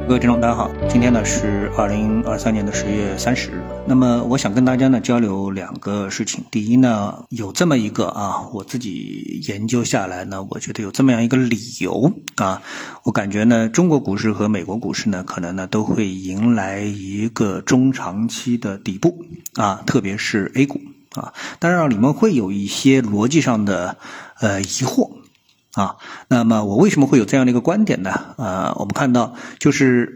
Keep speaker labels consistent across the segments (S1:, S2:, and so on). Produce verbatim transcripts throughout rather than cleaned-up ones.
S1: 各位听众大家好，今天呢是二零二三年的十月三十日。那么我想跟大家呢交流两个事情。第一呢，有这么一个啊，我自己研究下来呢，我觉得有这么样一个理由啊，我感觉呢中国股市和美国股市呢可能呢都会迎来一个中长期的底部啊，特别是 A 股啊，当然里面会有一些逻辑上的呃疑惑。啊，那么我为什么会有这样的一个观点呢？呃，我们看到就是，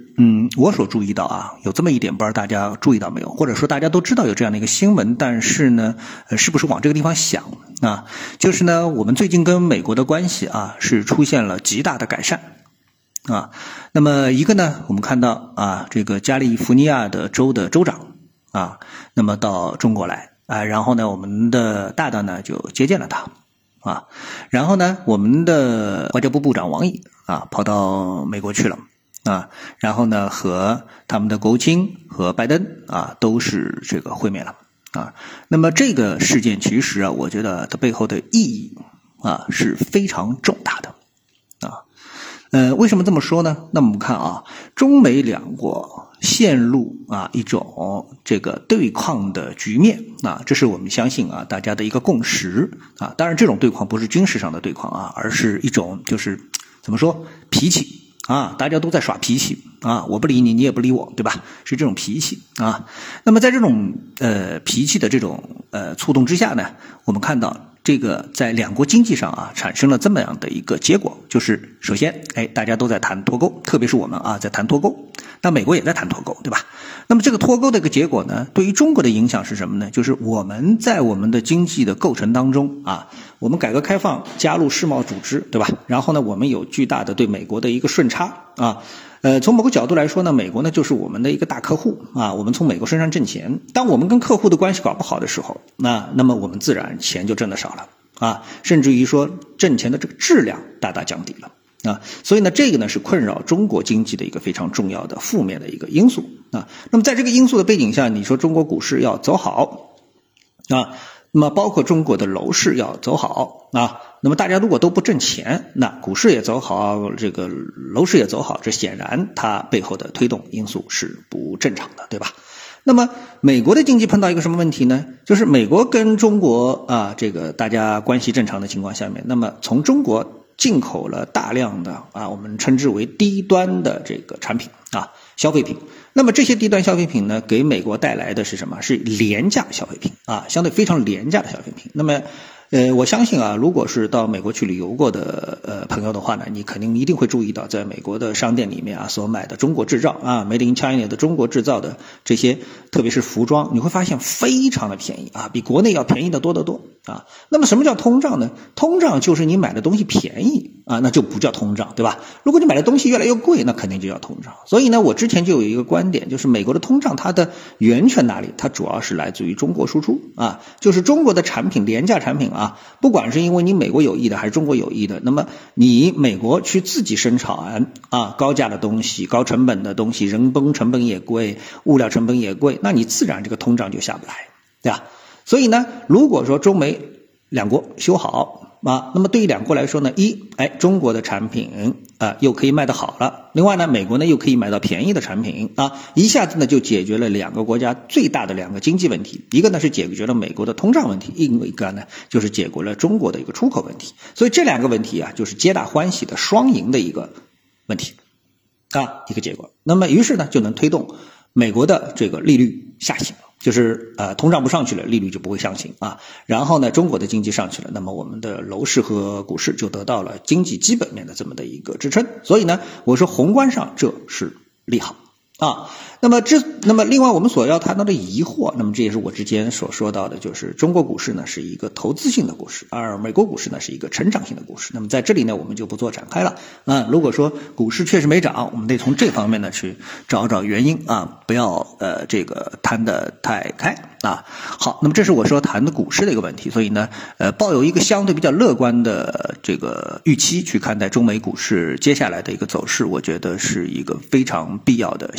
S1: 嗯，我所注意到啊，有这么一点，不知道大家注意到没有，或者说大家都知道有这样的一个新闻，但是呢，呃，是不是往这个地方想啊？就是呢，我们最近跟美国的关系啊，是出现了极大的改善啊。那么一个呢，我们看到啊，这个加利福尼亚的州的州长啊，那么到中国来啊，然后呢，我们的大大呢就接见了他。啊，然后呢，我们的外交部部长王毅啊，跑到美国去了啊，然后呢，和他们的国务卿和拜登啊，都是这个会面了啊。那么这个事件其实啊，我觉得它背后的意义啊是非常重大的啊。呃，为什么这么说呢？那么我们看啊，中美两国陷入啊一种这个对抗的局面啊，这是我们相信啊大家的一个共识啊。当然，这种对抗不是军事上的对抗啊，而是一种就是怎么说脾气啊，大家都在耍脾气啊，我不理你，你也不理我，对吧？是这种脾气啊。那么在这种呃脾气的这种呃触动之下呢，我们看到。这个在两国经济上啊产生了这么样的一个结果，就是首先，哎，大家都在谈脱钩，特别是我们啊在谈脱钩，那美国也在谈脱钩，对吧？那么这个脱钩的一个结果呢，对于中国的影响是什么呢？就是我们在我们的经济的构成当中啊，我们改革开放加入世贸组织，对吧？然后呢，我们有巨大的对美国的一个顺差啊。呃，从某个角度来说呢，美国呢就是我们的一个大客户啊，我们从美国身上挣钱。当我们跟客户的关系搞不好的时候，那那么我们自然钱就挣得少了啊，甚至于说挣钱的这个质量大大降低了啊。所以呢，这个呢是困扰中国经济的一个非常重要的负面的一个因素啊。那么在这个因素的背景下，你说中国股市要走好啊，那么包括中国的楼市要走好啊。那么大家如果都不挣钱，那股市也走好，这个楼市也走好，这显然它背后的推动因素是不正常的，对吧？那么美国的经济碰到一个什么问题呢？就是美国跟中国啊，这个大家关系正常的情况下面，那么从中国进口了大量的啊，我们称之为低端的这个产品啊，消费品。那么这些低端消费品呢，给美国带来的是什么？是廉价消费品啊，相对非常廉价的消费品。那么呃，我相信啊，如果是到美国去旅游过的呃朋友的话呢，你肯定一定会注意到，在美国的商店里面啊，所买的中国制造啊 ，Made in China 的中国制造的这些，特别是服装，你会发现非常的便宜啊，比国内要便宜的多得多啊。那么什么叫通胀呢？通胀就是你买的东西便宜啊，那就不叫通胀，对吧？如果你买的东西越来越贵，那肯定就叫通胀。所以呢，我之前就有一个观点，就是美国的通胀它的源泉哪里？它主要是来自于中国输出啊，就是中国的产品廉价产品啊。啊，不管是因为你美国有意的还是中国有意的，那么你美国去自己生产啊高价的东西、高成本的东西，人工成本也贵，物料成本也贵，那你自然这个通胀就下不来，对吧？所以呢，如果说中美两国修好啊，那么对于两国来说呢，一，哎，中国的产品啊又可以卖得好了，另外呢，美国呢又可以买到便宜的产品啊，一下子呢就解决了两个国家最大的两个经济问题，一个呢是解决了美国的通胀问题，另一个呢就是解决了中国的一个出口问题，所以这两个问题啊，就是皆大欢喜的双赢的一个问题啊，一个结果。那么于是呢，就能推动美国的这个利率下行。就是呃通胀不上去了，利率就不会上行啊。然后呢，中国的经济上去了，那么我们的楼市和股市就得到了经济基本面的这么的一个支撑。所以呢，我说宏观上这是利好啊。那么这那么另外我们所要谈到的疑惑，那么这也是我之前所说到的，就是中国股市呢是一个投资性的股市，而美国股市呢是一个成长性的股市。那么在这里呢，我们就不做展开了啊。如果说股市确实没涨，我们得从这方面呢去找找原因啊，不要呃这个谈得太开啊。好，那么这是我说谈的股市的一个问题，所以呢呃抱有一个相对比较乐观的这个预期去看待中美股市接下来的一个走势，我觉得是一个非常必要的心态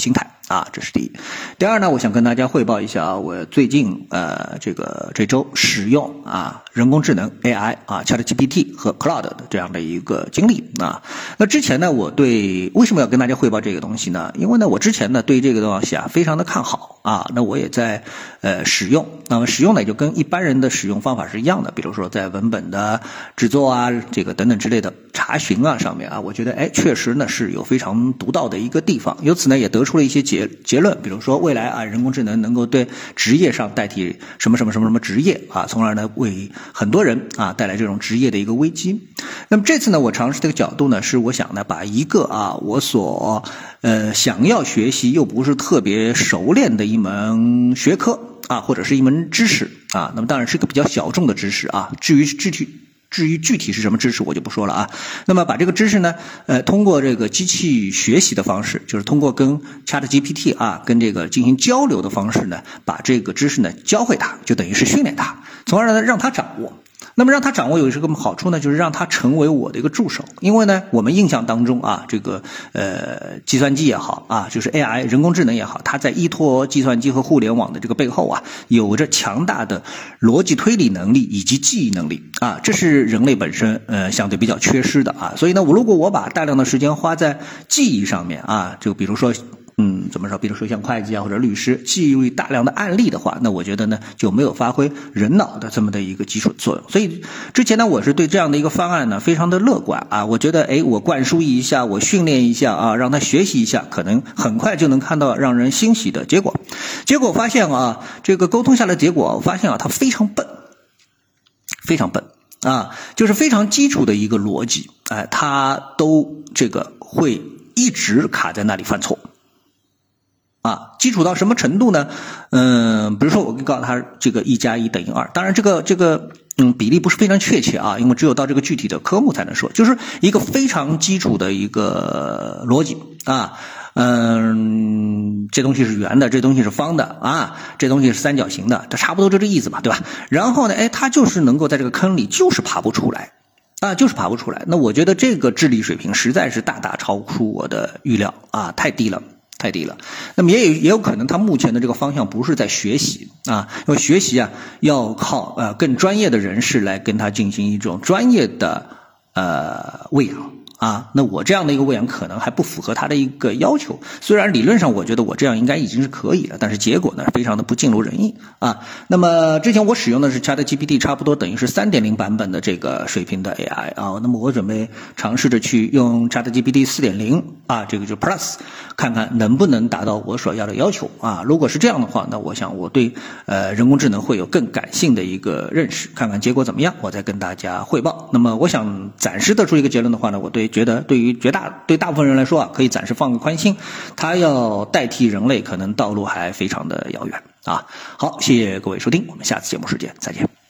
S1: 啊，这是第一。第二呢，我想跟大家汇报一下啊，我最近呃这个这周使用啊人工智能 A I 啊 ChatGPT 和 Claude 的这样的一个经历啊。那之前呢，我对为什么要跟大家汇报这个东西呢？因为呢，我之前呢对这个东西啊非常的看好啊，那我也在呃使用。那么使用呢，就跟一般人的使用方法是一样的，比如说在文本的制作啊，这个等等之类的查询啊上面啊，我觉得哎确实呢是有非常独到的一个地方。由此呢也得出了一些结结论，比如说未来啊人工智能能够对职业上代替什么什么什么什么职业啊，从而呢为很多人啊带来这种职业的一个危机。那么这次呢我尝试这个角度呢是我想呢把一个啊我所呃想要学习又不是特别熟练的一门学科啊或者是一门知识啊，那么当然是一个比较小众的知识啊，至于具体至于具体是什么知识我就不说了啊。那么把这个知识呢呃通过这个机器学习的方式，就是通过跟 ChatGPT 啊跟这个进行交流的方式呢，把这个知识呢教会它，就等于是训练它，从而呢让它掌握。那么让它掌握有一个好处呢，就是让它成为我的一个助手。因为呢我们印象当中啊这个呃计算机也好啊，就是 A I 人工智能也好，它在依托计算机和互联网的这个背后啊，有着强大的逻辑推理能力以及记忆能力啊，这是人类本身呃相对比较缺失的啊。所以呢我如果我把大量的时间花在记忆上面啊，就比如说嗯，怎么说？比如说像会计啊或者律师，记忆大量的案例的话，那我觉得呢就没有发挥人脑的这么的一个基础作用。所以之前呢，我是对这样的一个方案呢非常的乐观啊。我觉得，哎，我灌输一下，我训练一下啊，让他学习一下，可能很快就能看到让人欣喜的结果。结果发现啊，这个沟通下来的结果，我发现啊，他非常笨，非常笨啊，就是非常基础的一个逻辑，哎，他都这个会一直卡在那里犯错。啊，基础到什么程度呢？嗯，比如说我告诉他这个一加一等于二，当然这个这个嗯比例不是非常确切啊，因为只有到这个具体的科目才能说，就是一个非常基础的一个逻辑啊。嗯，这东西是圆的，这东西是方的啊，这东西是三角形的，它差不多就这意思嘛，对吧？然后呢，哎，他就是能够在这个坑里就是爬不出来。啊，就是爬不出来。那我觉得这个智力水平实在是大大超出我的预料啊，太低了。太低了。那么也有也有可能他目前的这个方向不是在学习啊，因为学习啊要靠呃更专业的人士来跟他进行一种专业的呃喂养啊。那我这样的一个喂养可能还不符合他的一个要求，虽然理论上我觉得我这样应该已经是可以了，但是结果呢非常的不尽如人意啊。那么之前我使用的是 ChatGPT 差不多等于是 三点零 版本的这个水平的 A I 啊，那么我准备尝试着去用 ChatGPT 四点零 啊，这个就 Plus 看看能不能达到我所要的要求啊。如果是这样的话，那我想我对呃人工智能会有更感性的一个认识，看看结果怎么样我再跟大家汇报。那么我想暂时得出一个结论的话呢，我对觉得对于绝大对大部分人来说啊，可以暂时放个宽心，它要代替人类可能道路还非常的遥远啊。好，谢谢各位收听，我们下次节目时间再见。